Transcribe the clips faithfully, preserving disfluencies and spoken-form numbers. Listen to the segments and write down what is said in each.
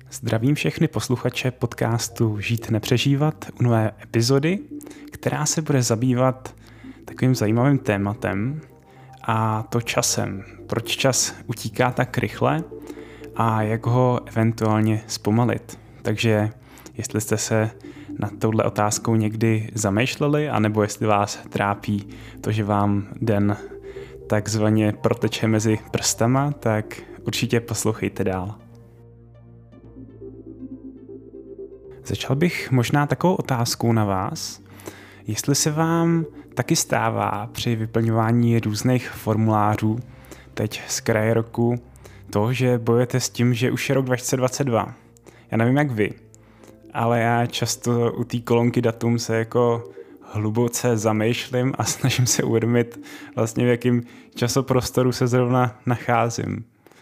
Zdravím všechny posluchače podcastu Žít nepřežívat u nové epizody, která se bude zabývat takovým zajímavým tématem, a to časem. Proč čas utíká tak rychle a jak ho eventuálně zpomalit. Takže jestli jste se nad touhle otázkou někdy zamýšleli, anebo jestli vás trápí to, že vám den takzvaně proteče mezi prstama, tak určitě poslouchejte dál. Začal bych možná takovou otázkou na vás, jestli se vám taky stává při vyplňování různých formulářů teď z kraje roku to, že bojujete s tím, že už je rok dva tisíce dvacet dva. Já nevím jak vy, ale já často u té kolonky datum se jako hluboce zamýšlím a snažím se uvědomit vlastně, v jakém časoprostoru se zrovna nacházím.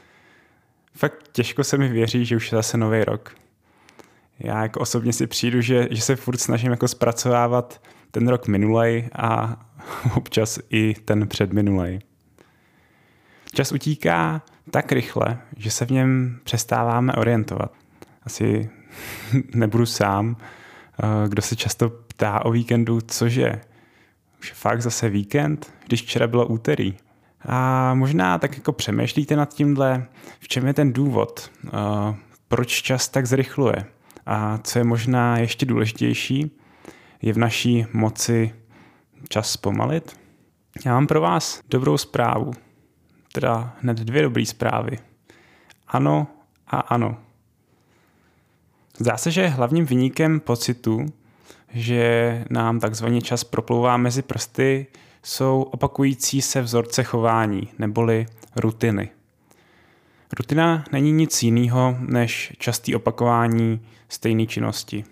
Fakt těžko se mi věří, že už je zase nový rok. Já jako osobně si přijdu, že, že se furt snažím jako zpracovávat ten rok minulej a občas i ten předminulej. Čas utíká tak rychle, že se v něm přestáváme orientovat. Asi nebudu sám, kdo se často ptá o víkendu, cože? Už je fakt zase víkend, když včera bylo úterý. A možná tak jako přemýšlíte nad tímhle, v čem je ten důvod, proč čas tak zrychluje. A co je možná ještě důležitější, je v naší moci čas zpomalit. Já mám pro vás dobrou zprávu, teda hned dvě dobré zprávy. Ano a ano. Zdá se, že hlavním viníkem pocitu, že nám takzvaně čas proplouvá mezi prsty, jsou opakující se vzorce chování, neboli rutiny. Rutina není nic jiného než časté opakování stejné činnosti.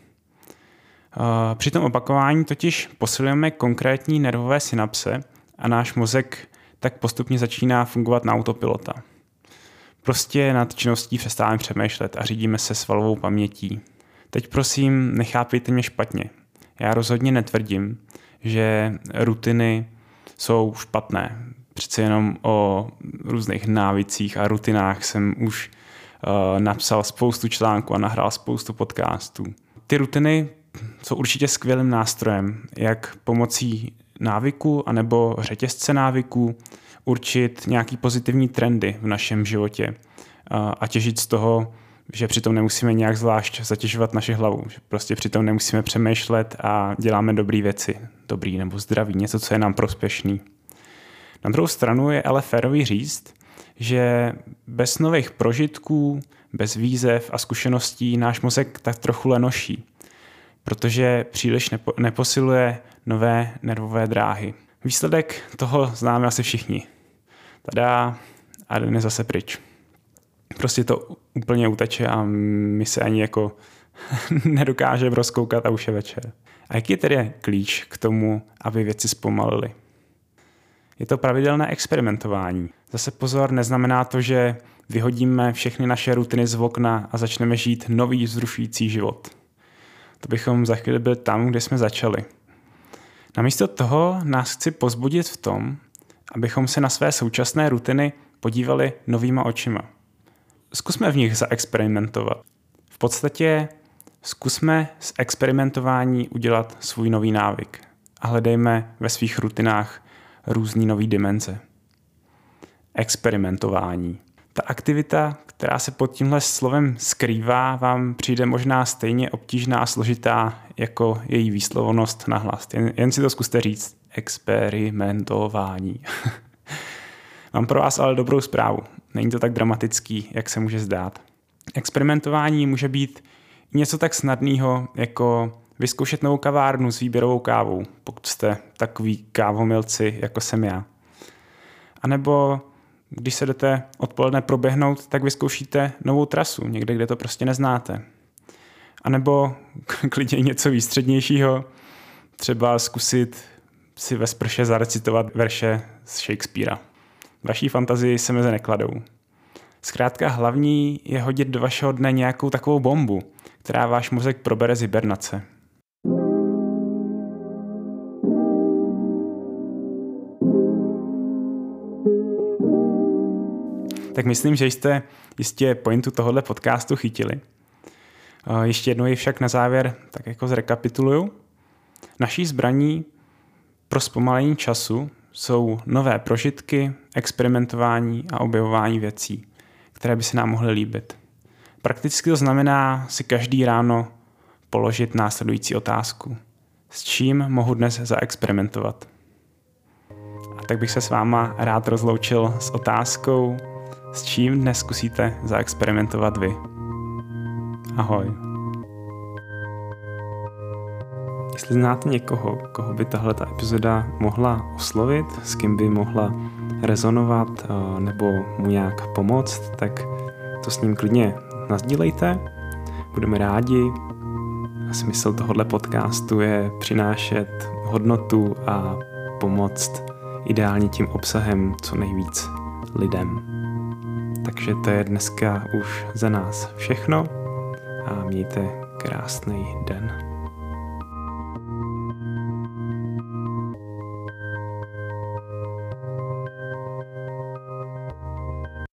Při tom opakování totiž posilujeme konkrétní nervové synapse a náš mozek tak postupně začíná fungovat na autopilota. Prostě nad činností přestáváme přemýšlet a řídíme se svalovou pamětí. Teď prosím, nechápejte mě špatně. Já rozhodně netvrdím, že rutiny jsou špatné. Přece jenom o různých návicích a rutinách jsem už uh, napsal spoustu článků a nahrál spoustu podcastů. Ty rutiny jsou určitě skvělým nástrojem, jak pomocí návyku anebo řetězce návyků určit nějaký pozitivní trendy v našem životě uh, a těžit z toho, že přitom nemusíme nějak zvlášť zatěžovat naši hlavu. Že prostě přitom nemusíme přemýšlet a děláme dobré věci. Dobrý nebo zdravý, něco, co je nám prospěšný. Na druhou stranu je ale férový říct, že bez nových prožitků, bez výzev a zkušeností náš mozek tak trochu lenoší, protože příliš nepo, neposiluje nové nervové dráhy. Výsledek toho známe asi všichni. Tada a den je zase pryč. Prostě to úplně uteče a my se ani jako nedokážeme rozkoukat a už je večer. A jaký je tedy klíč k tomu, aby věci zpomalily? Je to pravidelné experimentování. Zase pozor, neznamená to, že vyhodíme všechny naše rutiny z okna a začneme žít nový vzrušující život. To bychom za chvíli byli tam, kde jsme začali. Namísto toho nás chci povzbudit v tom, abychom se na své současné rutiny podívali novýma očima. Zkusme v nich zaexperimentovat. V podstatě zkusme z experimentování udělat svůj nový návyk a hledejme ve svých rutinách různý nový dimenze. Experimentování. Ta aktivita, která se pod tímhle slovem skrývá, vám přijde možná stejně obtížná a složitá jako její výslovnost na hlas. Jen, jen si to zkuste říct. Experimentování. Mám pro vás ale dobrou zprávu. Není to tak dramatický, jak se může zdát. Experimentování může být něco tak snadného, jako vyzkoušet novou kavárnu s výběrovou kávou, pokud jste takový kávomilci, jako jsem já. A nebo když se jdete odpoledne proběhnout, tak vyzkoušíte novou trasu, někde, kde to prostě neznáte. A nebo klidně něco výstřednějšího, třeba zkusit si ve sprše zarecitovat verše z Shakespearea. Vaší fantazii se meze nekladou. Zkrátka hlavní je hodit do vašeho dne nějakou takovou bombu, která váš mozek probere z hibernace. Tak myslím, že jste jistě pointu tohohle podcastu chytili. Ještě jednou je však na závěr tak jako zrekapituluju. Naší zbraní pro zpomalení času jsou nové prožitky, experimentování a objevování věcí, které by se nám mohly líbit. Prakticky to znamená si každý ráno položit následující otázku. S čím mohu dnes zaexperimentovat? A tak bych se s váma rád rozloučil s otázkou, s čím dnes zkusíte zaexperimentovat vy. Ahoj. Jestli znáte někoho, koho by tahle epizoda mohla oslovit, s kým by mohla rezonovat nebo mu nějak pomoct, tak to s ním klidně nasdílejte. Budeme rádi. Smysl tohohle podcastu je přinášet hodnotu a pomoct ideálně tím obsahem co nejvíc lidem. Takže to je dneska už za nás všechno a mějte krásný den.